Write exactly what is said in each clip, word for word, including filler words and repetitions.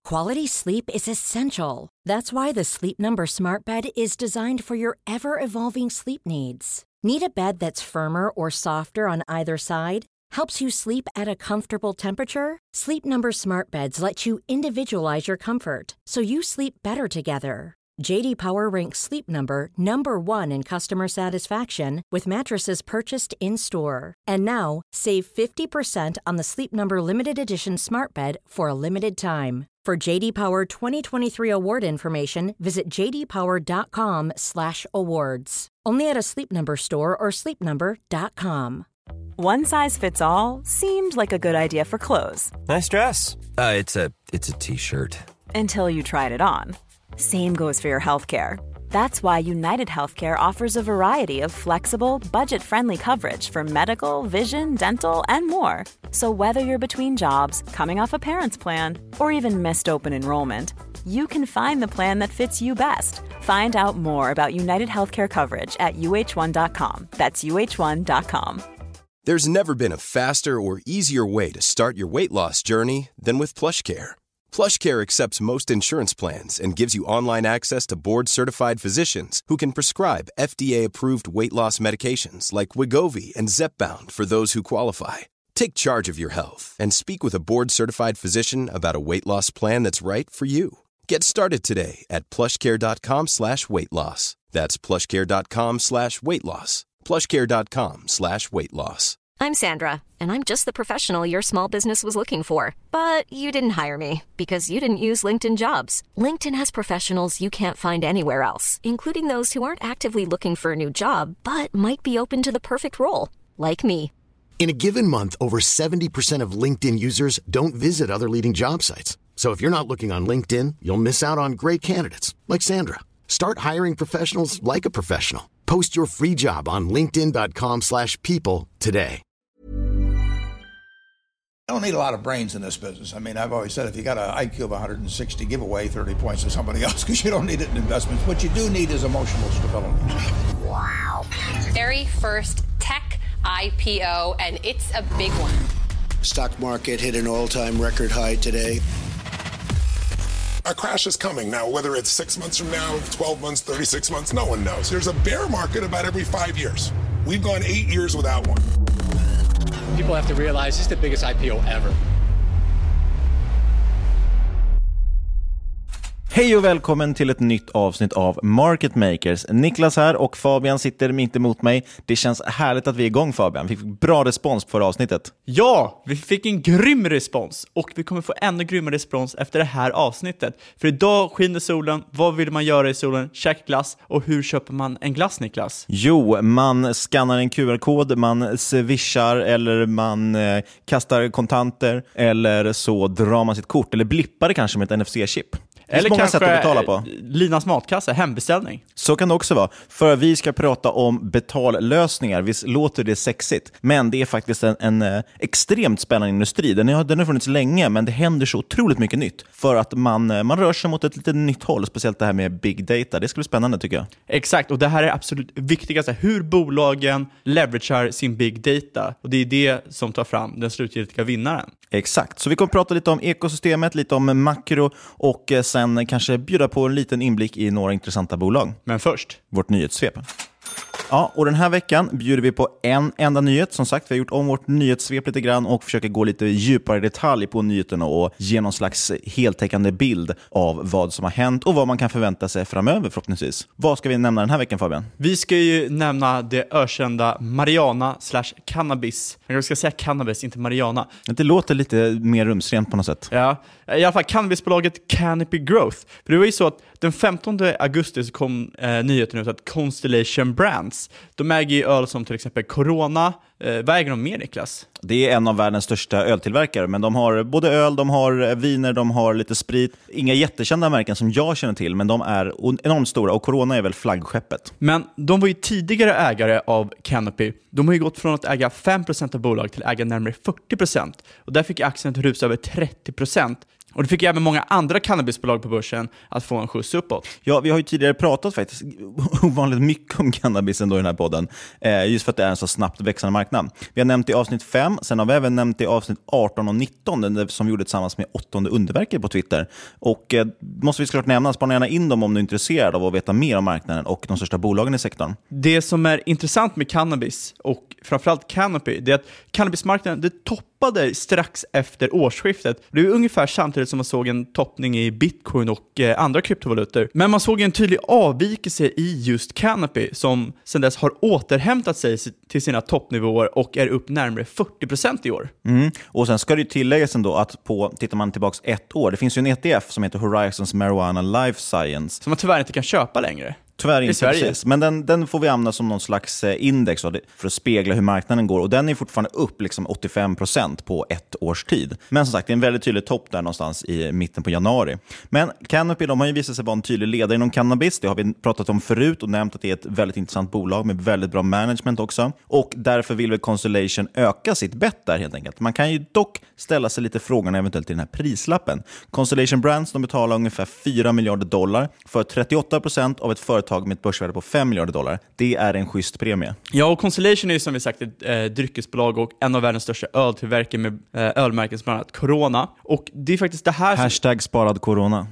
Quality sleep is essential. That's why the Sleep Number Smart Bed is designed for your ever-evolving sleep needs. Need a bed that's firmer or softer on either side? Helps you sleep at a comfortable temperature? Sleep Number Smart Beds let you individualize your comfort, so you sleep better together. J D Power ranks Sleep Number number one in customer satisfaction with mattresses purchased in-store. And now, save fifty percent on the Sleep Number Limited Edition Smart Bed for a limited time. For J D Power twenty twenty-three award information, visit j d power dot com slash awards. Only at a Sleep Number store or sleep number dot com. One size fits all seemed like a good idea for clothes. Nice dress. Uh, it's a it's a t-shirt. Until you tried it on. Same goes for your healthcare. That's why United Healthcare offers a variety of flexible, budget-friendly coverage for medical, vision, dental, and more. So whether you're between jobs, coming off a parent's plan, or even missed open enrollment, you can find the plan that fits you best. Find out more about United Healthcare coverage at u h one dot com. That's u h one dot com. There's never been a faster or easier way to start your weight loss journey than with PlushCare. PlushCare accepts most insurance plans and gives you online access to board-certified physicians who can prescribe F D A-approved weight loss medications like Wegovy and Zepbound for those who qualify. Take charge of your health and speak with a board-certified physician about a weight loss plan that's right for you. Get started today at plushcare.com slash weight loss. That's plushcare.com slash weight loss. plushcare.com slash weight loss. I'm Sandra, and I'm just the professional your small business was looking for. But you didn't hire me because you didn't use LinkedIn Jobs. LinkedIn has professionals you can't find anywhere else, including those who aren't actively looking for a new job, but might be open to the perfect role, like me. In a given month, over seventy percent of LinkedIn users don't visit other leading job sites. So if you're not looking on LinkedIn, you'll miss out on great candidates, like Sandra. Start hiring professionals like a professional. Post your free job on linkedin dot com slash people today. I don't need a lot of brains in this business. I mean, I've always said if you got an I Q of one hundred sixty, give away thirty points to somebody else because you don't need it in investments. What you do need is emotional stability. Wow. Very first tech I P O, and it's a big one. Stock market hit an all-time record high today. A crash is coming now, whether it's six months from now, twelve months, thirty-six months, no one knows. There's a bear market about every five years. We've gone eight years without one. People have to realize this is the biggest I P O ever. Hej och välkommen till ett nytt avsnitt av Market Makers. Niklas här och Fabian sitter mitt emot mig. Det känns härligt att vi är igång, Fabian. Vi fick bra respons på förra avsnittet. Ja, vi fick en grym respons och vi kommer få ännu grymmare respons efter det här avsnittet. För idag skiner solen. Vad vill man göra i solen? Käka glass. Och hur köper man en glass, Niklas? Jo, man skannar en Q R-kod, man swishar eller man eh, kastar kontanter eller så drar man sitt kort eller blippar det kanske med ett N F C-chip. Eller kanske Linas matkasse, hembeställning. Så kan det också vara. För vi ska prata om betallösningar. Visst låter det sexigt. Men det är faktiskt en, en eh, extremt spännande industri. Den har, den har funnits länge, men det händer så otroligt mycket nytt. För att man, man rör sig mot ett lite nytt håll. Speciellt det här med big data. Det ska bli spännande, tycker jag. Exakt, och det här är absolut viktigaste. Hur bolagen leveragear sin big data. Och det är det som tar fram den slutgiltiga vinnaren. Exakt, så vi kommer prata lite om ekosystemet, lite om makro och sen kanske bjuda på en liten inblick i några intressanta bolag. Men först, vårt nyhetssvep. Ja, och den här veckan bjuder vi på en enda nyhet. Som sagt, vi har gjort om vårt nyhetssvep lite grann och försöker gå lite djupare i detalj på nyheterna och ge någon slags heltäckande bild av vad som har hänt och vad man kan förvänta sig framöver förhoppningsvis. Vad ska vi nämna den här veckan, Fabian? Vi ska ju nämna det ökända Mariana slash cannabis. Jag ska säga cannabis, inte Mariana. Det låter lite mer rumsrent på något sätt. Ja, i alla fall cannabisbolaget Canopy Growth. För det var ju så att den femtonde augusti så kom eh, nyheten ut att Constellation Brands, de äger ju öl som till exempel Corona. Eh, vad äger de mer, Niklas? Det är en av världens största öltillverkare, men de har både öl, de har viner, de har lite sprit. Inga jättekända märken som jag känner till, men de är enormt stora och Corona är väl flaggskeppet. Men de var ju tidigare ägare av Canopy. De har ju gått från att äga fem procent av bolag till att äga närmare fyrtio procent. Och där fick aktien rusa över trettio procent. Och det fick även många andra cannabisbolag på börsen att få en skjuts uppåt. Ja, vi har ju tidigare pratat faktiskt ovanligt mycket om cannabis ändå i den här podden. Eh, just för att det är en så snabbt växande marknad. Vi har nämnt i avsnitt fem, sen har vi även nämnt i avsnitt arton och nitton, den som vi gjorde tillsammans med åttonde underverket på Twitter. Och eh, måste vi såklart nämna, spana gärna in dem om du är intresserad av att veta mer om marknaden och de största bolagen i sektorn. Det som är intressant med cannabis och framförallt Canopy, det är att cannabismarknaden, det toppade strax efter årsskiftet. Det är ungefär samtidigt som man såg en toppning i bitcoin och eh, andra kryptovalutor. Men man såg en tydlig avvikelse i just Canopy som sedan dess har återhämtat sig till sina toppnivåer och är upp närmare fyrtio procent i år. Mm. Och sen ska det ju tilläggas ändå att på, tittar man tillbaks ett år, det finns ju en E T F som heter Horizons Marijuana Life Science. Som man tyvärr inte kan köpa längre. Tyvärr inte, precis. Men den, den får vi använda som någon slags index då, för att spegla hur marknaden går. Och den är fortfarande upp liksom åttiofem procent på ett års tid. Men som sagt, det är en väldigt tydlig topp där någonstans i mitten på januari. Men Canopy, de har ju visat sig vara en tydlig ledare inom cannabis. Det har vi pratat om förut och nämnt att det är ett väldigt intressant bolag med väldigt bra management också. Och därför vill väl Constellation öka sitt bett där helt enkelt. Man kan ju dock ställa sig lite frågan eventuellt i den här prislappen. Constellation Brands, de betalar ungefär fyra miljarder dollar för trettioåtta procent av ett företag med ett börsvärde på fem miljarder dollar. Det är en schysst premie. Ja, och Constellation är ju som vi sagt ett eh, dryckesbolag och en av världens största öltillverkare med eh, ölmärken som bland annat Corona. Och det är faktiskt det här som... Hashtag sparad Corona.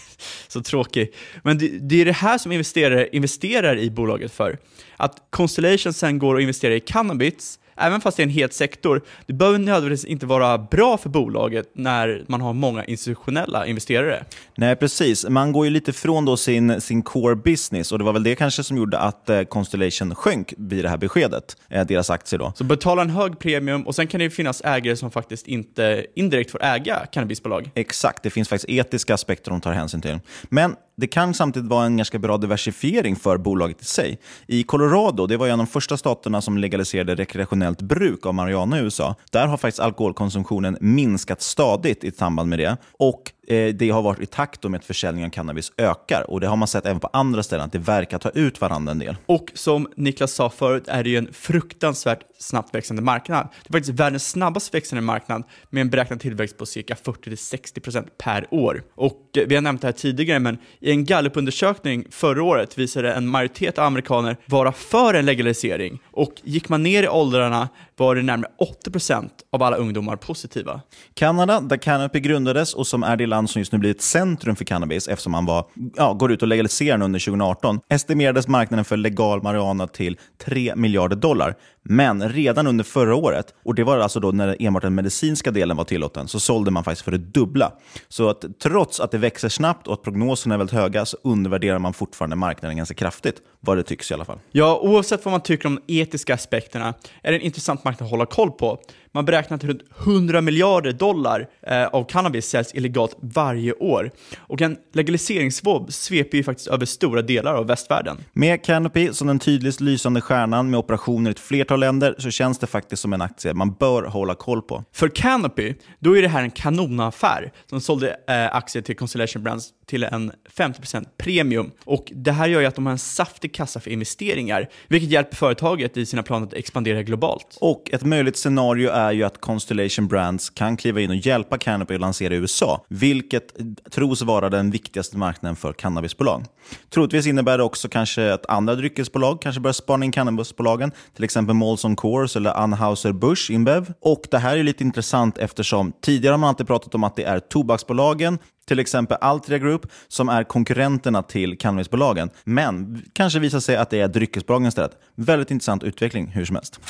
Så tråkigt. Men det, det är det här som investerare investerar i bolaget för. Att Constellation sen går och investerar i cannabis, även fast det är en het sektor, det behöver nödvändigtvis inte vara bra för bolaget när man har många institutionella investerare. Nej, precis. Man går ju lite från då sin, sin core business och det var väl det kanske som gjorde att eh, Constellation sjönk vid det här beskedet, eh, deras aktier då. Så betala en hög premium och sen kan det ju finnas ägare som faktiskt inte indirekt får äga cannabisbolag. Exakt, det finns faktiskt etiska aspekter de tar hänsyn till. Men det kan samtidigt vara en ganska bra diversifiering för bolaget i sig. I Colorado, det var ju en av de första staterna som legaliserade rekreationellt bruk av marijuana i U S A. Där har faktiskt alkoholkonsumtionen minskat stadigt i samband med det. Och eh, det har varit i takt med att försäljningen av cannabis ökar. Och det har man sett även på andra ställen, att det verkar ta ut varandra en del. Och som Niklas sa förut är det ju en fruktansvärt snabbt växande marknad. Det är faktiskt världens snabbast växande marknad med en beräknad tillväxt på cirka fyrtio till sextio procent per år. Och eh, vi har nämnt det här tidigare, men i en Gallup-undersökning förra året visade en majoritet av amerikaner vara för en legalisering. Och gick man ner i åldrarna var det närmare åttio procent av alla ungdomar positiva. Kanada, där Canopy grundades och som är det land som just nu blir ett centrum för cannabis eftersom man var, ja, går ut och legaliserar under tjugo arton, estimerades marknaden för legal marijuana till tre miljarder dollar. Men redan under förra året, och det var alltså då när enbart den medicinska delen var tillåten, så sålde man faktiskt för det dubbla. Så att trots att det växer snabbt och att prognoserna är väldigt höga så undervärderar man fortfarande marknaden ganska kraftigt, vad det tycks i alla fall. Ja, oavsett vad man tycker om de etiska aspekterna är det en intressant marknad att hålla koll på. Man beräknar att runt hundra miljarder dollar eh, av cannabis säljs illegalt varje år. Och en legaliseringsvåg sveper ju faktiskt över stora delar av västvärlden. Med Canopy som den tydligast lysande stjärnan med operationer i ett flertal länder så känns det faktiskt som en aktie man bör hålla koll på. För Canopy, då är det här en kanonaffär som sålde eh, aktier till Constellation Brands till en femtio procent premium. Och det här gör ju att de har en saftig kassa för investeringar, vilket hjälper företaget i sina planer att expandera globalt. Och ett möjligt scenario är ju att Constellation Brands kan kliva in och hjälpa Canopy att lansera i U S A, vilket tros vara den viktigaste marknaden för cannabisbolag. Troligtvis innebär det också kanske att andra dryckesbolag kanske börjar spana in cannabisbolagen, till exempel Molson Coors eller Anheuser-Busch InBev. Och det här är lite intressant eftersom tidigare har man alltid pratat om att det är tobaksbolagen, till exempel Altria Group, som är konkurrenterna till cannabisbolagen. Men kanske visar sig att det är dryckesbolagen istället. Väldigt intressant utveckling hur som helst.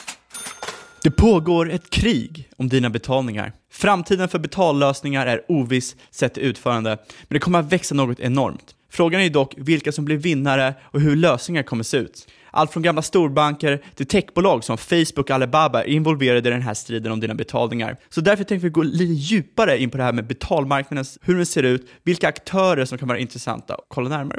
Det pågår ett krig om dina betalningar. Framtiden för betallösningar är oviss sett till utförande, men det kommer att växa något enormt. Frågan är dock vilka som blir vinnare och hur lösningar kommer se ut. Allt från gamla storbanker till techbolag som Facebook och Alibaba är involverade i den här striden om dina betalningar. Så därför tänkte vi gå lite djupare in på det här med betalmarknaden, hur det ser ut, vilka aktörer som kan vara intressanta att kolla närmare på.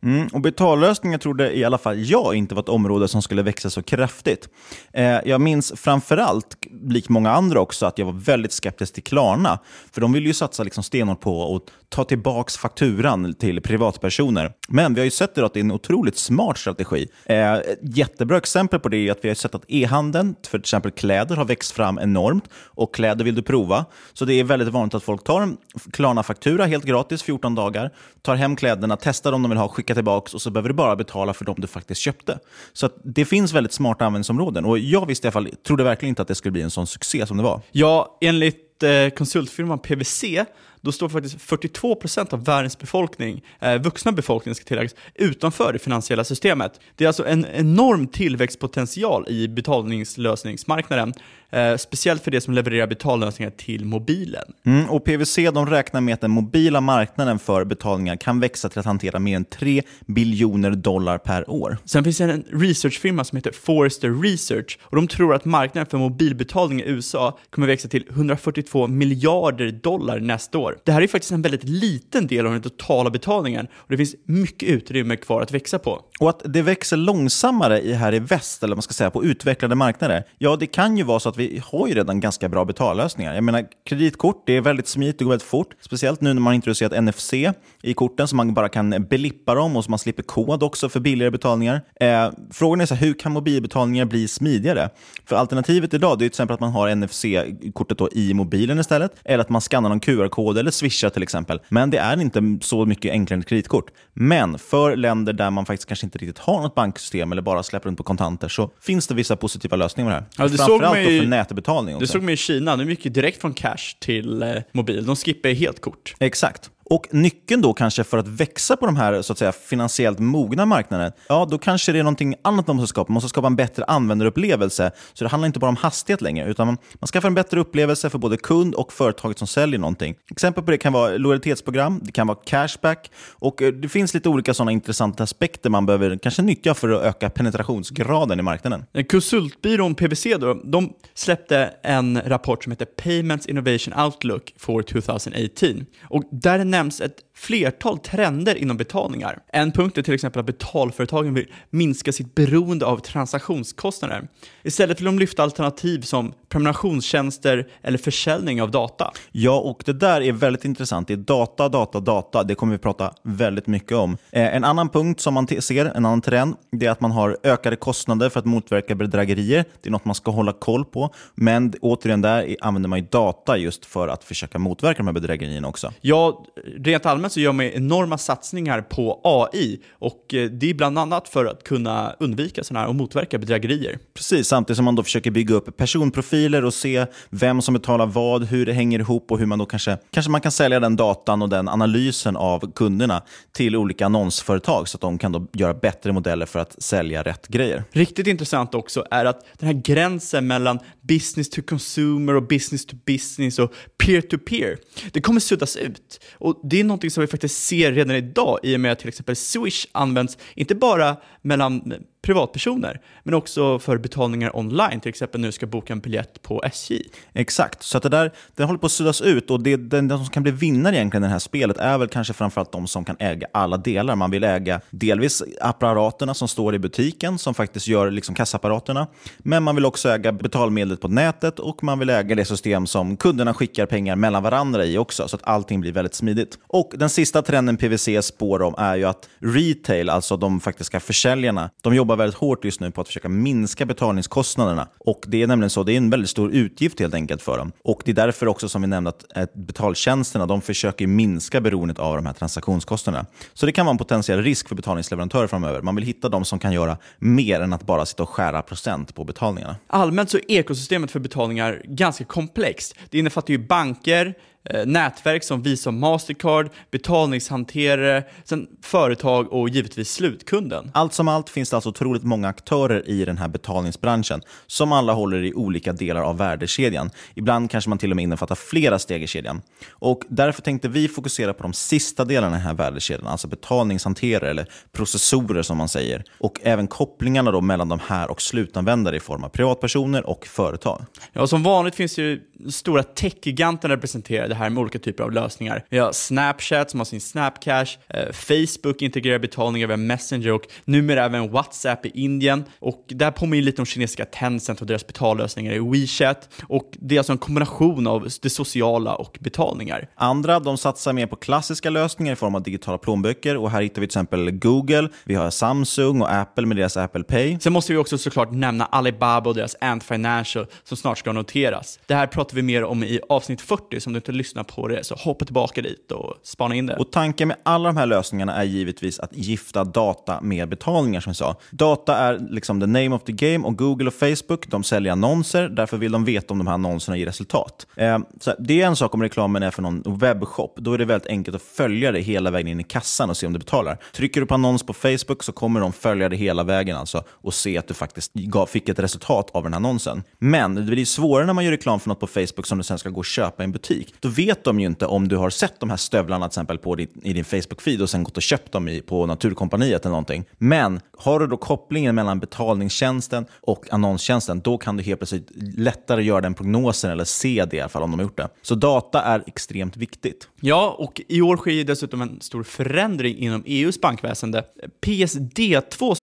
Mm, och betallösningar trodde i alla fall jag inte var ett område som skulle växa så kraftigt. Eh, jag minns framförallt, lik många andra också, att jag var väldigt skeptisk till Klarna. För de vill ju satsa liksom stenhårt på att ta tillbaks fakturan till privatpersoner. Men vi har ju sett att det är en otroligt smart strategi. Eh, ett jättebra exempel på det är att vi har sett att e-handeln, för till exempel kläder, har växt fram enormt. Och kläder vill du prova. Så det är väldigt vanligt att folk tar en Klarna-faktura helt gratis fjorton dagar, tar hem kläderna, testar om de vill ha, skicka tillbaks och så behöver du bara betala för dem du faktiskt köpte. Så att det finns väldigt smarta användningsområden. Och jag visste i alla fall, trodde verkligen inte att det skulle bli en sån succé som det var. Ja, enligt eh, konsultfirman P W C då står faktiskt fyrtiotvå procent av världens befolkning, eh, vuxna befolkningen ska tilläggas, utanför det finansiella systemet. Det är alltså en enorm tillväxtpotential i betalningslösningsmarknaden, eh, speciellt för det som levererar betallösningar till mobilen. Mm, och P W C de räknar med att den mobila marknaden för betalningar kan växa till att hantera mer än tre biljoner dollar per år. Sen finns det en researchfirma som heter Forrester Research och de tror att marknaden för mobilbetalning i U S A kommer växa till hundrafyrtiotvå miljarder dollar nästa år. Det här är faktiskt en väldigt liten del av den totala betalningen och det finns mycket utrymme kvar att växa på. Och att det växer långsammare i här i väst, eller man ska säga på utvecklade marknader, ja det kan ju vara så att vi har ju redan ganska bra betallösningar. Jag menar, kreditkort, det är väldigt smidigt och går väldigt fort. Speciellt nu när man introducerat N F C i korten så man bara kan belippa dem och så man slipper kod också för billigare betalningar. Eh, frågan är så här, hur kan mobilbetalningar bli smidigare? För alternativet idag, det är till exempel att man har N F C-kortet då i mobilen istället, eller att man skannar någon Q R-kod eller swishar till exempel. Men det är inte så mycket enklare än ett kreditkort. Men för länder där man faktiskt kanske inte riktigt har något banksystem eller bara släpper runt på kontanter så finns det vissa positiva lösningar med det här. Ja, det framförallt såg för nätbetalning också. Det såg man i Kina, nu mycket direkt från cash till eh, mobil. De skippar helt kort. Exakt. Och nyckeln då kanske för att växa på de här så att säga finansiellt mogna marknaderna, ja då kanske det är någonting annat man måste skapa. Man måste skapa en bättre användarupplevelse. Så det handlar inte bara om hastighet längre, utan man, man skaffar en bättre upplevelse för både kund och företaget som säljer någonting. Exempel på det kan vara lojalitetsprogram, det kan vara cashback och det finns lite olika sådana intressanta aspekter man behöver kanske nyttja för att öka penetrationsgraden i marknaden. Konsultbyrån P W C då, de släppte en rapport som heter Payments Innovation Outlook for tjugoarton och där nämns ett flertal trender inom betalningar. En punkt är till exempel att betalföretagen vill minska sitt beroende av transaktionskostnader. Istället vill de lyfta alternativ som prenumerationstjänster eller försäljning av data. Ja, och det där är väldigt intressant. Det är data, data, data. Det kommer vi prata väldigt mycket om. Eh, en annan punkt som man t- ser, en annan trend, det är att man har ökade kostnader för att motverka bedrägerier. Det är något man ska hålla koll på. Men återigen där använder man ju data just för att försöka motverka de här bedrägerierna också. Ja, rent allmänt så gör man enorma satsningar på A I och det är bland annat för att kunna undvika sådana här och motverka bedrägerier. Precis, samtidigt som man då försöker bygga upp personprofiler och se vem som betalar vad, hur det hänger ihop och hur man då kanske, kanske man kan sälja den datan och den analysen av kunderna till olika annonsföretag så att de kan då göra bättre modeller för att sälja rätt grejer. Riktigt intressant också är att den här gränsen mellan business to consumer och business to business och peer to peer, det kommer suddas ut. Och det är någonting som vi faktiskt ser redan idag i och med att till exempel Swish används inte bara mellan privatpersoner men också för betalningar online, till exempel när du ska boka en biljett på S J. Exakt, så att det där det håller på att suddas ut och det, den, den som kan bli vinnare egentligen i det här spelet är väl kanske framförallt de som kan äga alla delar. Man vill äga delvis apparaterna som står i butiken som faktiskt gör liksom kassaapparaterna, men man vill också äga betalmedlet på nätet och man vill äga det system som kunderna skickar pengar mellan varandra i också, så att allting blir väldigt smidigt. Och den sista trenden P W C spår om är ju att retail, alltså de faktiska försäljarna, de jobbar väldigt hårt just nu på att försöka minska betalningskostnaderna. Och det är nämligen så, det är en väldigt stor utgift helt enkelt för dem. Och det är därför också som vi nämnde att betaltjänsterna, de försöker minska beroendet av de här transaktionskostnaderna. Så det kan vara en potentiell risk för betalningsleverantörer framöver. Man vill hitta de som kan göra mer än att bara sitta och skära procent på betalningarna. Allmänt så är ekosystemet för betalningar ganska komplext. Det innefattar ju banker, nätverk som Visa och Mastercard, betalningshanterare, sen företag och givetvis slutkunden. Allt som allt finns det alltså otroligt många aktörer i den här betalningsbranschen som alla håller i olika delar av värdekedjan. Ibland kanske man till och med innefattar flera steg i kedjan. Och därför tänkte vi fokusera på de sista delarna i den här värdekedjan, alltså betalningshanterare eller processorer som man säger. Och även kopplingarna då mellan de här och slutanvändare i form av privatpersoner och företag. Ja, som vanligt finns ju stora tech-giganterna representerade. det här med olika typer av lösningar. Vi har Snapchat som har sin Snapcash, eh, Facebook integrerar betalningar via Messenger och numera även WhatsApp i Indien. Och där påminner lite om kinesiska Tencent och deras betallösningar i WeChat. Och det är alltså en kombination av det sociala och betalningar. Andra, de satsar mer på klassiska lösningar i form av digitala plånböcker, och här hittar vi till exempel Google, vi har Samsung och Apple med deras Apple Pay. Sen måste vi också såklart nämna Alibaba och deras Ant Financial som snart ska noteras. Det här pratar vi mer om i avsnitt fyrtio, som du inte lyssnar på det så hoppa tillbaka dit och spana in det. Och tanken med alla de här lösningarna är givetvis att gifta data med betalningar, som jag sa. Data är liksom the name of the game, och Google och Facebook, de säljer annonser, därför vill de veta om de här annonserna ger resultat. Eh, så det är en sak om reklamen är för någon webbshop, då är det väldigt enkelt att följa det hela vägen in i kassan och se om du betalar. Trycker du på annons på Facebook så kommer de följa det hela vägen alltså och se att du faktiskt gav, fick ett resultat av den här annonsen. Men det blir svårare när man gör reklam för något på Facebook som du sen ska gå och köpa i en butik. Då vet de ju inte om du har sett de här stövlarna till exempel på din, i din Facebook-feed och sen gått och köpt dem i, på Naturkompaniet eller någonting. Men har du då kopplingen mellan betalningstjänsten och annonstjänsten, då kan du helt plötsligt lättare göra den prognosen eller se det i alla fall om de har gjort det. Så data är extremt viktigt. Ja, och i år sker dessutom en stor förändring inom E U:s bankväsende. P S D två.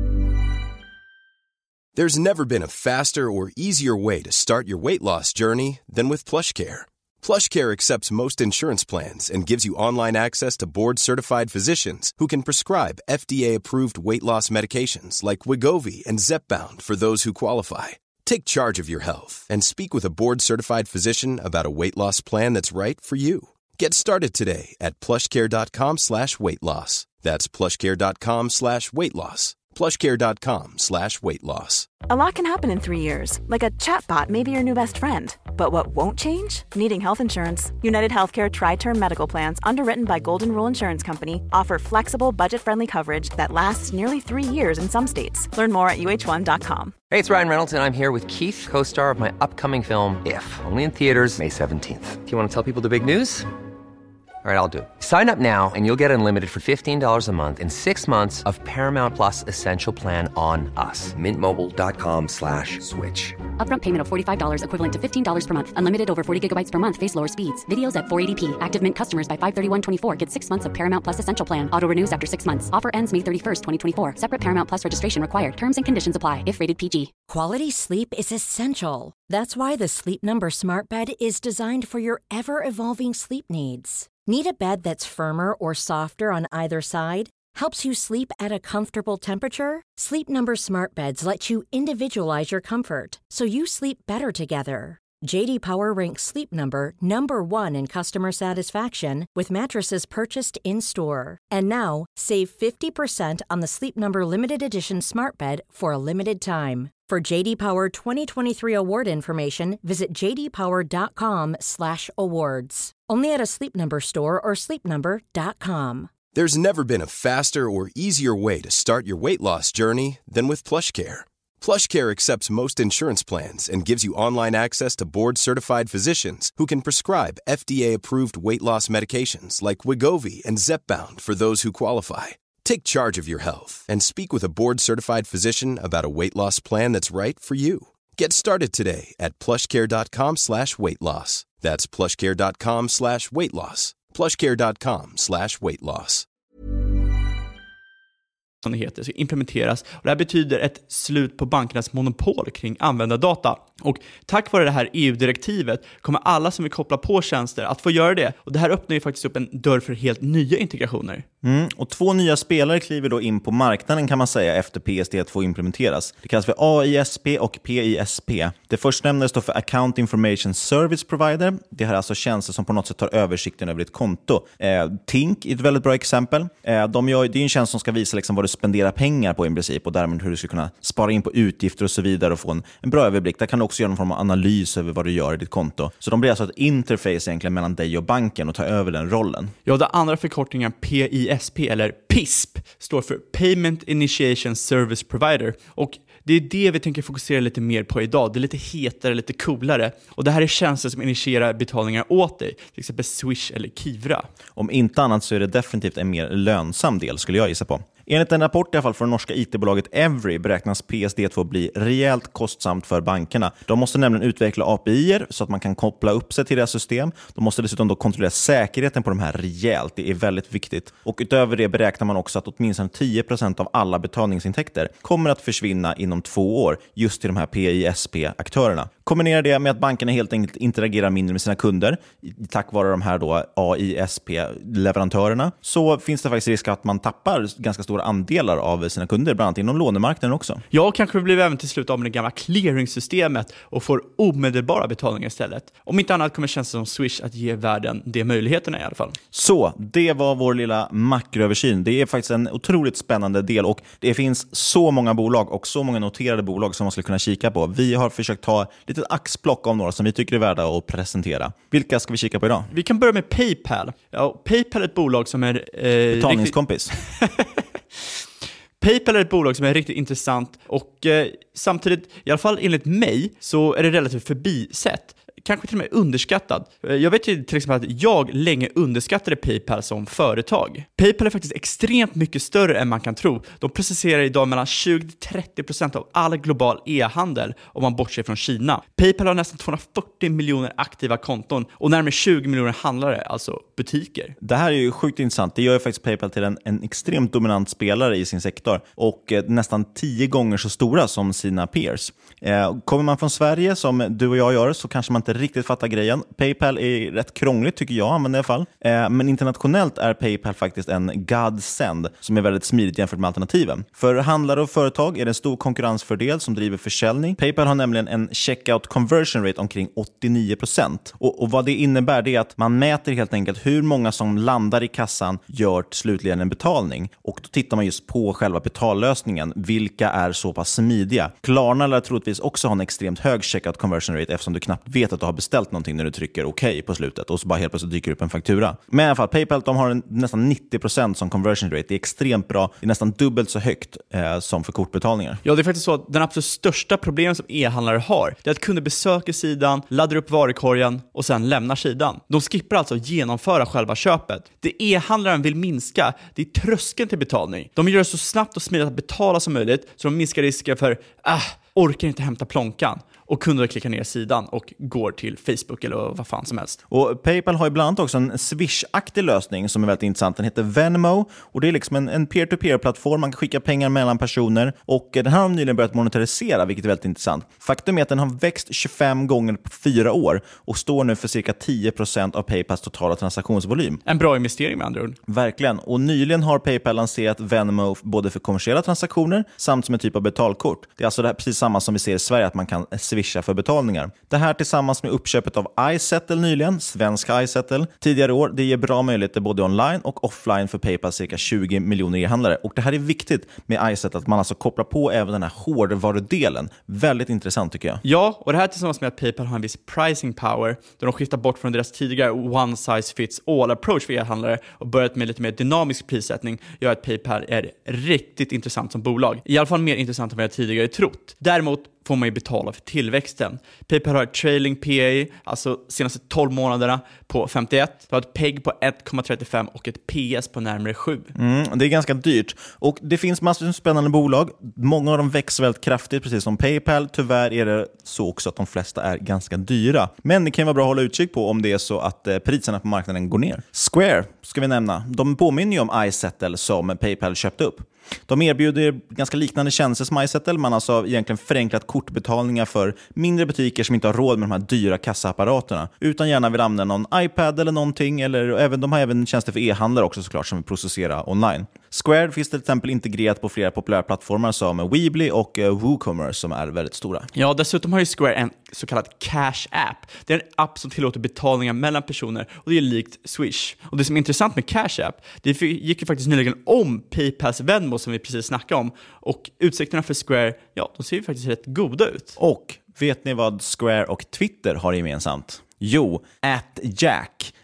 There's never been a faster or easier way to start your weight loss journey than with PlushCare. PlushCare accepts most insurance plans and gives you online access to board-certified physicians who can prescribe F D A-approved weight loss medications like Wegovy and Zepbound for those who qualify. Take charge of your health and speak with a board-certified physician about a weight loss plan that's right for you. Get started today at plushcare.com slash weight loss. That's plushcare.com slash weight loss. plushcare.com slash weight loss. A lot can happen in three years, like a chatbot may be your new best friend. But what won't change? Needing health insurance. United Healthcare Tri-Term Medical Plans, underwritten by Golden Rule Insurance Company, offer flexible, budget-friendly coverage that lasts nearly three years in some states. Learn more at U H one dot com. Hey, it's Ryan Reynolds, and I'm here with Keith, co-star of my upcoming film, If, only in theaters May seventeenth. Do you want to tell people the big news? All right, I'll do it. Sign up now and you'll get unlimited for fifteen dollars a month and six months of Paramount Plus Essential Plan on us. Mint Mobile dot com slash switch. Upfront payment of forty-five dollars equivalent to fifteen dollars per month. Unlimited over forty gigabytes per month. Face lower speeds. Videos at four eighty p. Active Mint customers by five thirty-one twenty-four get six months of Paramount Plus Essential Plan. Auto renews after six months. Offer ends May thirty-first, twenty twenty-four. Separate Paramount Plus registration required. Terms and conditions apply if rated P G. Quality sleep is essential. That's why the Sleep Number Smart Bed is designed for your ever-evolving sleep needs. Need a bed that's firmer or softer on either side? Helps you sleep at a comfortable temperature? Sleep Number Smart Beds let you individualize your comfort, so you sleep better together. J D Power ranks Sleep Number number one in customer satisfaction with mattresses purchased in-store. And now, save fifty percent on the Sleep Number Limited Edition Smart Bed for a limited time. For J D Power twenty twenty-three award information, visit j d power dot com slash awards. Only at a Sleep Number store or sleep number dot com. There's never been a faster or easier way to start your weight loss journey than with PlushCare. PlushCare accepts most insurance plans and gives you online access to board-certified physicians who can prescribe F D A-approved weight loss medications like Wegovy and Zepbound for those who qualify. Take charge of your health and speak with a board-certified physician about a weight loss plan that's right for you. Get started today at plushcare.com slash weight loss. That's plushcare.com slash weight loss. plushcare.com slash weight loss. Som det heter, ska implementeras. Och det här betyder ett slut på bankernas monopol kring användardata. Och tack vare det här E U-direktivet kommer alla som vill koppla på tjänster att få göra det. Och det här öppnar ju faktiskt upp en dörr för helt nya integrationer. Mm, och två nya spelare kliver då in på marknaden kan man säga efter P S D två implementeras. Det kallas för A I S P och P I S P. Det förstnämnda står för Account Information Service Provider. Det här är alltså tjänster som på något sätt tar översikten över ditt konto. Eh, Tink är ett väldigt bra exempel. Eh, de gör, det är en tjänst som ska visa liksom vad du spenderar pengar på i princip och därmed hur du ska kunna spara in på utgifter och så vidare och få en, en bra överblick. Där kan du också göra någon form av analys över vad du gör i ditt konto. Så de blir alltså ett interface egentligen mellan dig och banken och tar över den rollen. Ja, det andra förkortningen P I S P eller P I S P står för Payment Initiation Service Provider och det är det vi tänker fokusera lite mer på idag. Det är lite hetare, lite coolare. Och det här är tjänster som initierar betalningar åt dig. Till exempel Swish eller Kivra. Om inte annat så är det definitivt en mer lönsam del skulle jag gissa på. Enligt en rapport i alla fall från norska I T-bolaget Evry beräknas P S D två bli rejält kostsamt för bankerna. De måste nämligen utveckla A P I-er så att man kan koppla upp sig till deras system. De måste dessutom då kontrollera säkerheten på de här rejält. Det är väldigt viktigt. Och utöver det beräknar man också att åtminstone tio procent av alla betalningsintäkter kommer att försvinna inom två år just till de här P I S P-aktörerna. Kombinera det med att bankerna helt enkelt interagerar mindre med sina kunder tack vare de här då A I S P-leverantörerna, så finns det faktiskt risk att man tappar ganska stora andelar av sina kunder, bland annat inom lånemarknaden också. Ja, kanske blir vi även till slut av med det gamla clearingsystemet och får omedelbara betalningar istället. Om inte annat kommer kännas som Swish att ge världen de möjligheterna i alla fall. Så, det var vår lilla makroöversyn. Det är faktiskt en otroligt spännande del och det finns så många bolag och så många noterade bolag som man skulle kunna kika på. Vi har försökt ta lite axplock av några som vi tycker är värda att presentera. Vilka ska vi kika på idag? Vi kan börja med PayPal. Ja, PayPal är ett bolag som är... Eh, Betalningskompis. Riktigt... PayPal är ett bolag som är riktigt intressant och eh, samtidigt, i alla fall enligt mig, så är det relativt förbisett. Kanske till och med underskattad. Jag vet ju till exempel att jag länge underskattade PayPal som företag. PayPal är faktiskt extremt mycket större än man kan tro. De processerar idag mellan tjugo till trettio procent av all global e-handel om man bortser från Kina. PayPal har nästan tvåhundrafyrtio miljoner aktiva konton och närmare tjugo miljoner handlare, alltså butiker. Det här är ju sjukt intressant. Det gör ju faktiskt PayPal till en, en extremt dominant spelare i sin sektor och eh, nästan tio gånger så stora som sina peers. Eh, kommer man från Sverige som du och jag gör så kanske man inte riktigt fattar grejen. PayPal är rätt krångligt tycker jag, använder i alla fall. Eh, men internationellt är PayPal faktiskt en godsend som är väldigt smidigt jämfört med alternativen. För handlare och företag är det en stor konkurrensfördel som driver försäljning. PayPal har nämligen en checkout conversion rate omkring åttionio procent. Och, och vad det innebär det är att man mäter helt enkelt hur många som landar i kassan gör slutligen en betalning. Och då tittar man just på själva betallösningen. Vilka är så pass smidiga? Klarna lär troligtvis också ha en extremt hög checkout conversion rate eftersom du knappt vet att du har beställt någonting när du trycker OK på slutet och så bara helt plötsligt dyker upp en faktura. Men i alla fall, PayPal de har en, nästan nittio procent som conversion rate. Det är extremt bra. Det är nästan dubbelt så högt eh, som för kortbetalningar. Ja, det är faktiskt så att den absolut största problemet som e-handlare har det är att kunder besöker sidan, laddar upp varukorgen och sen lämnar sidan. De skippar alltså att genomföra själva köpet. Det e-handlaren vill minska, det är tröskeln till betalning. De gör det så snabbt och smidigt att betala som möjligt så de minskar risken för ah, orkar inte hämta plånkan. Och kunder klickar ner sidan och går till Facebook eller vad fan som helst. Och PayPal har ibland också en Swish-aktig lösning som är väldigt intressant. Den heter Venmo och det är liksom en, en peer-to-peer-plattform. Man kan skicka pengar mellan personer och den här har de nyligen börjat monetarisera, vilket är väldigt intressant. Faktum är att den har växt tjugofem gånger på fyra år och står nu för cirka tio procent av PayPals totala transaktionsvolym. En bra investering med andra ord. Verkligen. Och nyligen har PayPal lanserat Venmo både för kommersiella transaktioner samt som en typ av betalkort. Det är alltså det här precis samma som vi ser i Sverige, att man kan swisha för betalningar. Det här tillsammans med uppköpet av iSettle nyligen, svenska iSettle, tidigare år, det ger bra möjligheter både online och offline för PayPal cirka tjugo miljoner e-handlare. Och det här är viktigt med iSettle, att man alltså kopplar på även den här hårdvarudelen. Väldigt intressant tycker jag. Ja, och det här tillsammans med att PayPal har en viss pricing power, där de skiftar bort från deras tidigare one size fits all approach för e-handlare och börjat med lite mer dynamisk prissättning, gör att PayPal är riktigt intressant som bolag. I alla fall mer intressant än vad jag tidigare trott. Däremot får man ju betala för tillväxten. PayPal har ett trailing P A, alltså senaste tolv månaderna på femtioett. Du har ett P E G på ett komma trettiofem och ett P S på närmare sju. Mm, det är ganska dyrt. Och det finns massor av spännande bolag. Många av dem växer väldigt kraftigt, precis som PayPal. Tyvärr är det så också att de flesta är ganska dyra. Men det kan vara bra att hålla utkik på om det är så att eh, priserna på marknaden går ner. Square ska vi nämna. De påminner ju om iSettle som PayPal köpte upp. De erbjuder ganska liknande tjänster som iSettle. Man har alltså egentligen förenklat kortbetalningar för mindre butiker som inte har råd med de här dyra kassaapparaterna, utan gärna vill använda någon iPad eller någonting. Eller även, de har även tjänster för e-handlare också såklart som vill processera online. Square finns till exempel integrerat på flera populära plattformar som Weebly och WooCommerce som är väldigt stora. Ja, dessutom har ju Square en så kallad Cash App. Det är en app som tillåter betalningar mellan personer och det är likt Swish. Och det som är intressant med Cash App, det gick ju faktiskt nyligen om PayPals Venmo som vi precis snackade om. Och utsikterna för Square, ja, de ser ju faktiskt rätt goda ut. Och vet ni vad Square och Twitter har gemensamt? Jo, at Jack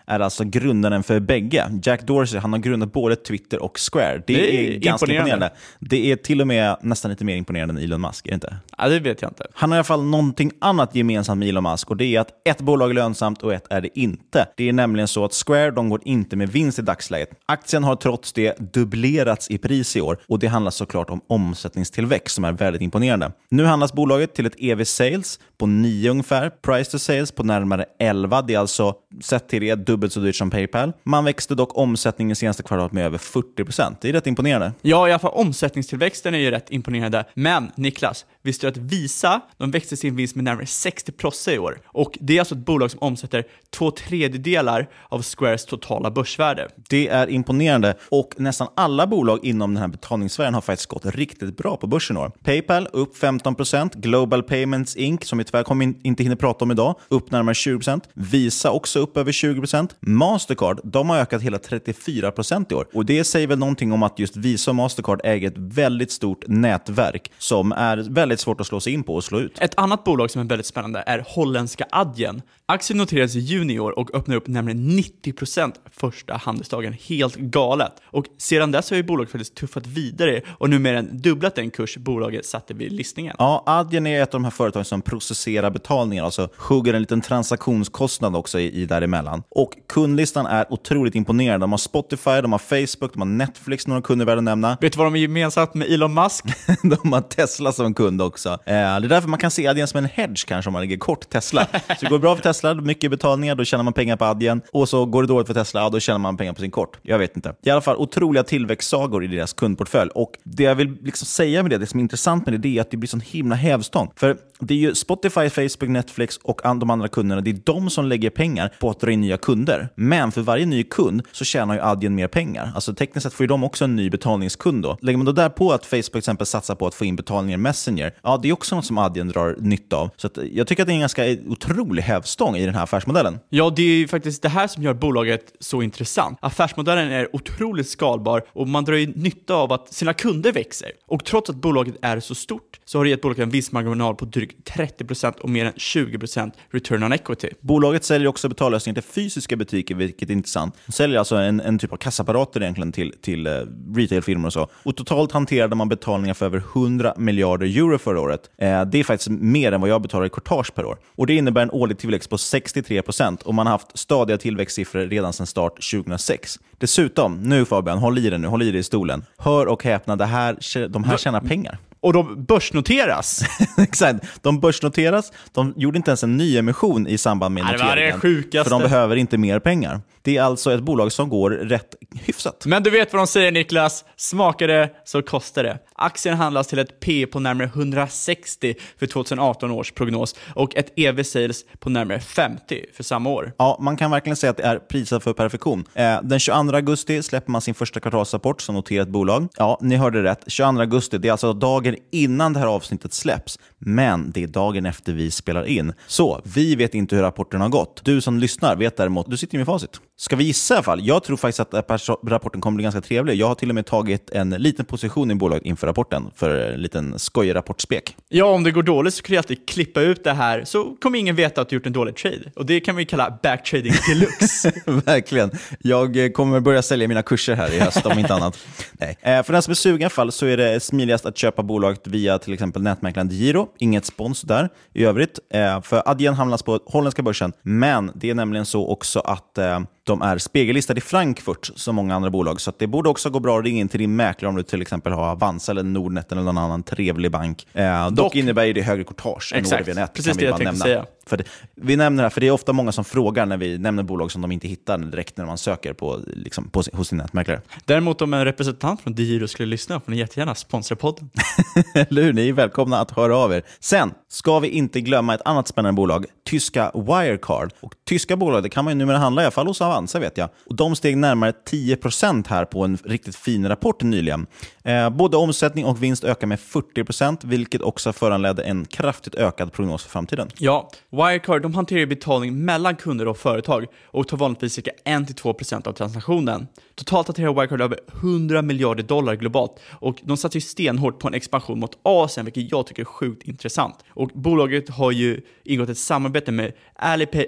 är alltså grundaren för bägge. Jack Dorsey, han har grundat både Twitter och Square. Det, det är, är ganska imponerande. imponerande. Det är till och med nästan lite mer imponerande än Elon Musk, är det inte? Ja, det vet jag inte. Han har i alla fall någonting annat gemensamt med Elon Musk, och det är att ett bolag är lönsamt och ett är det inte. Det är nämligen så att Square, de går inte med vinst i dagsläget. Aktien har trots det dubblerats i pris i år, och det handlar såklart om omsättningstillväxt som är väldigt imponerande. Nu handlas bolaget till ett E V sales på nio ungefär, price to sales på närmare elva. Det är alltså sett till det dubbelt så dyrt som PayPal. Man växte dock omsättningen senaste kvartalet med över fyrtio procent. Det är rätt imponerande. Ja, i alla fall omsättningstillväxten är ju rätt imponerande. Men Niklas, visste du att Visa, de växte sin vinst med närmare sextio procent i år. Och det är alltså ett bolag som omsätter två tredjedelar av Squares totala börsvärde. Det är imponerande, och nästan alla bolag inom den här betalningssfären har faktiskt gått riktigt bra på börsen i år. PayPal upp femton procent, Global Payments Incorporated, som vi tyvärr kommer in, inte hinner prata om idag, upp närmare tjugo procent. Visa också upp över tjugo procent. Mastercard, de har ökat hela trettiofyra procent i år. Och det säger väl någonting om att just Visa och Mastercard äger ett väldigt stort nätverk som är väldigt svårt att slå sig in på och slå ut. Ett annat bolag som är väldigt spännande är holländska Adyen. Aktien noterades i juni i år och öppnar upp nämligen nittio procent första handelsdagen. Helt galet. Och sedan dess har ju bolaget faktiskt tuffat vidare och nu mer än dubblat den kurs bolaget satte vid listningen. Ja, Adyen är ett av de här företagen som processerar betalningar, alltså hugger en liten transaktionskostnad också i, i däremellan. Och kundlistan är otroligt imponerande. De har Spotify, de har Facebook, de har Netflix, några kunder värda att nämna. Vet du vad de är gemensamt med Elon Musk? De har Tesla som kund också. Eh, det är därför man kan se Adyen som en hedge kanske om man ligger kort Tesla. Så det går bra för Tesla, mycket betalningar, då tjänar man pengar på Adyen. Och så går det dåligt för Tesla, ja, då tjänar man pengar på sin kort. Jag vet inte. I alla fall otroliga tillväxtsagor i deras kundportfölj. Och det jag vill liksom säga med det, det som är intressant med det, det är att det blir sån himla hävstång. För det är ju Spotify, Facebook, Netflix och de andra kunderna, det är de som lägger pengar på att dra in nya kunder. Men för varje ny kund så tjänar ju Adyen mer pengar. Alltså tekniskt sett får ju de också en ny betalningskund då. Lägger man då där på att Facebook till exempel satsar på att få in betalningar i Messenger, ja, det är också något som Adyen drar nytta av. Så att jag tycker att det är en ganska otrolig hävstång i den här affärsmodellen. Ja, det är ju faktiskt det här som gör bolaget så intressant. Affärsmodellen är otroligt skalbar och man drar ju nytta av att sina kunder växer. Och trots att bolaget är så stort så har det gett bolaget en viss marginal på drygt trettio procent och mer än tjugo procent return on equity. Bolaget säljer också betallösningar till fysiska butiker, vilket är intressant. De säljer alltså en, en typ av kassaapparater egentligen till, till uh, retailfirmor och så. Och totalt hanterade man betalningar för över hundra miljarder euro förra året. Eh, det är faktiskt mer än vad jag betalar i courtage per år. Och det innebär en årlig tillväxt på sextiotre procent och man har haft stadiga tillväxtsiffror redan sedan start tjugohundrasex. Dessutom, nu Fabian, håll i dig nu, håll i dig i stolen. Hör och häpna, det här, de här tjänar pengar. Och de börsnoteras. Exakt, de börsnoteras. De gjorde inte ens en ny emission i samband med noteringen. Det var det sjukaste. För de behöver inte mer pengar. Det är alltså ett bolag som går rätt hyfsat. Men du vet vad de säger, Niklas. Smakar det så kostar det. Aktien handlas till ett P på närmare hundrasextio för tjugoarton års prognos och ett E V sales på närmare femtio för samma år. Ja, man kan verkligen säga att det är prisat för perfektion. Eh, den tjugoandra augusti släpper man sin första kvartalsrapport som noterat bolag. Ja, ni hörde rätt. tjugoandra augusti, det är alltså dagen innan det här avsnittet släpps. Men det är dagen efter vi spelar in. Så, vi vet inte hur rapporten har gått. Du som lyssnar vet däremot, du sitter med facit. Ska vi gissa i alla fall? Jag tror faktiskt att rapporten kommer bli ganska trevlig. Jag har till och med tagit en liten position i bolaget inför rapporten för en liten skojig rapportspek. Ja, om det går dåligt så kan jag alltid klippa ut det här så kommer ingen veta att du gjort en dålig trade. Och det kan vi kalla backtrading deluxe. Verkligen. Jag kommer börja sälja mina kurser här i höst om inte annat. Nej. För den som är sugen i alla fall så är det smidigast att köpa bolaget via till exempel nätmäklaren Giro. Inget spons där i övrigt. För Adyen handlas på holländska börsen. Men det är nämligen så också att de är spegellistade i Frankfurt som många andra bolag. Så att det borde också gå bra att ringa in till din mäklare om du till exempel har Avanza eller Nordnet eller någon annan trevlig bank. Eh, dock, dock innebär ju det högre courtage än O D V Net. Precis det jag tänkte nämna. Säga. För det, vi nämner det här, för det är ofta många som frågar när vi nämner bolag som de inte hittar direkt när man söker på, liksom, på, hos sin nätmäklare. Däremot om en representant från Giro skulle lyssna får ni jättegärna sponsra podden. Eller hur? Ni är välkomna att höra av er. Sen ska vi inte glömma ett annat spännande bolag, tyska Wirecard. Och tyska bolag, det kan man ju numera handla i alla fall hos Avanza vet jag. Och de steg närmare tio procent här på en riktigt fin rapport nyligen. Eh, både omsättning och vinst ökar med fyrtio procent, vilket också föranledde en kraftigt ökad prognos för framtiden. Ja, Wirecard de hanterar betalning mellan kunder och företag och tar vanligtvis cirka ett till två procent av transaktionen. Totalt hanterar Wirecard över hundra miljarder dollar globalt och de satsar ju stenhårt på en expansion mot Asien, vilket jag tycker är sjukt intressant. Och bolaget har ju ingått ett samarbete med Alipay och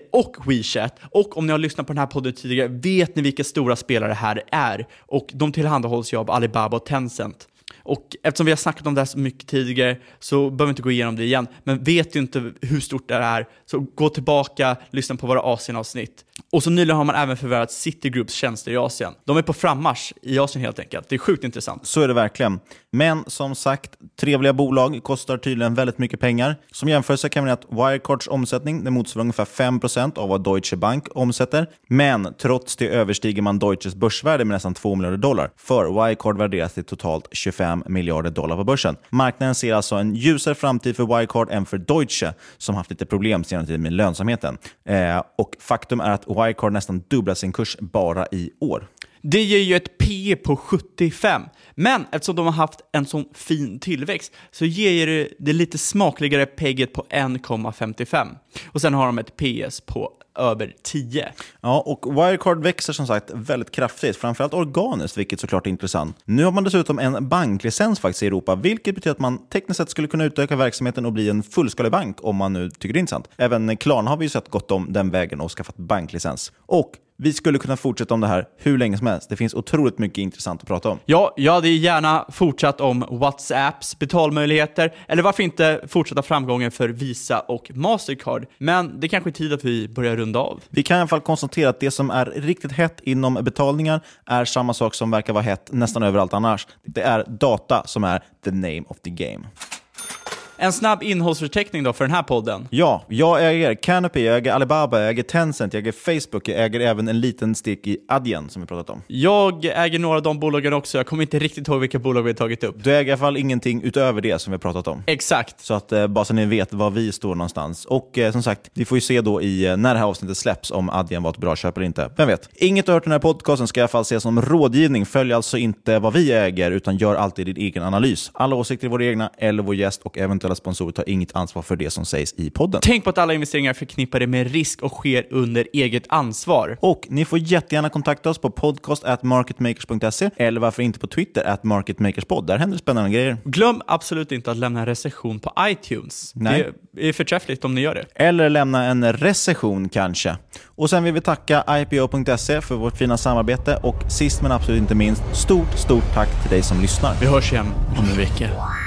WeChat. Och om ni har lyssnat på den här podden tidigare vet ni vilka stora spelare här är. Och de tillhandahålls ju av Alibaba och Tencent. Och eftersom vi har snackat om det här så mycket tidigare så behöver vi inte gå igenom det igen. Men vet ju inte hur stort det är så gå tillbaka, lyssna på våra Asien-avsnitt. Och så nyligen har man även förvärvat Citigroups tjänster i Asien. De är på frammarsch i Asien helt enkelt. Det är sjukt intressant. Så är det verkligen. Men som sagt, trevliga bolag kostar tydligen väldigt mycket pengar. Som jämförelse kan man säga att Wirecards omsättning det motsvarar ungefär fem procent av vad Deutsche Bank omsätter. Men trots det överstiger man Deutsches börsvärde med nästan två miljarder dollar. För Wirecard värderas till totalt tjugofem miljarder dollar på börsen. Marknaden ser alltså en ljusare framtid för Wirecard än för Deutsche som haft lite problem sedan tiden med lönsamheten. Eh, och faktum är att Wirecard nästan dubblar sin kurs bara i år. Det ger ju ett P E på sjuttiofem. Men eftersom de har haft en sån fin tillväxt så ger det, det lite smakligare P E G på en komma femtiofem. Och sen har de ett P S på över tio. Ja, och Wirecard växer som sagt väldigt kraftigt, framförallt organiskt, vilket såklart är intressant. Nu har man dessutom en banklicens faktiskt i Europa, vilket betyder att man tekniskt sett skulle kunna utöka verksamheten och bli en fullskalig bank om man nu tycker det är intressant. Även Klarna har vi ju sett gott om den vägen och skaffat banklicens. Och vi skulle kunna fortsätta om det här hur länge som helst. Det finns otroligt mycket intressant att prata om. Ja, jag hade gärna fortsatt om WhatsApps betalmöjligheter. Eller varför inte fortsätta framgången för Visa och Mastercard. Men det kanske är tid att vi börjar runda av. Vi kan i alla fall konstatera att det som är riktigt hett inom betalningar är samma sak som verkar vara hett nästan överallt annars. Det är data som är the name of the game. En snabb innehållsförteckning då för den här podden. Ja, jag äger Canopy, jag äger Alibaba, jag äger Tencent, jag äger Facebook, jag äger även en liten stick i Adyen som vi pratat om. Jag äger några av de bolagen också, jag kommer inte riktigt ihåg vilka bolag vi har tagit upp. Du äger i alla fall ingenting utöver det som vi har pratat om. Exakt. Så att eh, bara så ni vet var vi står någonstans. Och eh, som sagt, vi får ju se då i, när det här avsnittet släpps om Adyen var ett bra köp eller inte. Vem vet? Inget du hört i den här podcasten ska i alla fall ses som rådgivning. Följ alltså inte vad vi äger utan gör alltid din egen analys. Alla åsikter är våra egna eller vår gäst och eventuella sponsorer tar inget ansvar för det som sägs i podden. Tänk på att alla investeringar är förknippade med risk och sker under eget ansvar. Och ni får jättegärna kontakta oss på podcast at marketmakers punkt se eller varför inte på Twitter at marketmakerspod. Där händer spännande grejer. Glöm absolut inte att lämna en recension på iTunes. Nej. Det är förträffligt om ni gör det. Eller lämna en recension kanske. Och sen vill vi tacka I P O punkt se för vårt fina samarbete och sist men absolut inte minst, stort, stort tack till dig som lyssnar. Vi hörs igen om en vecka.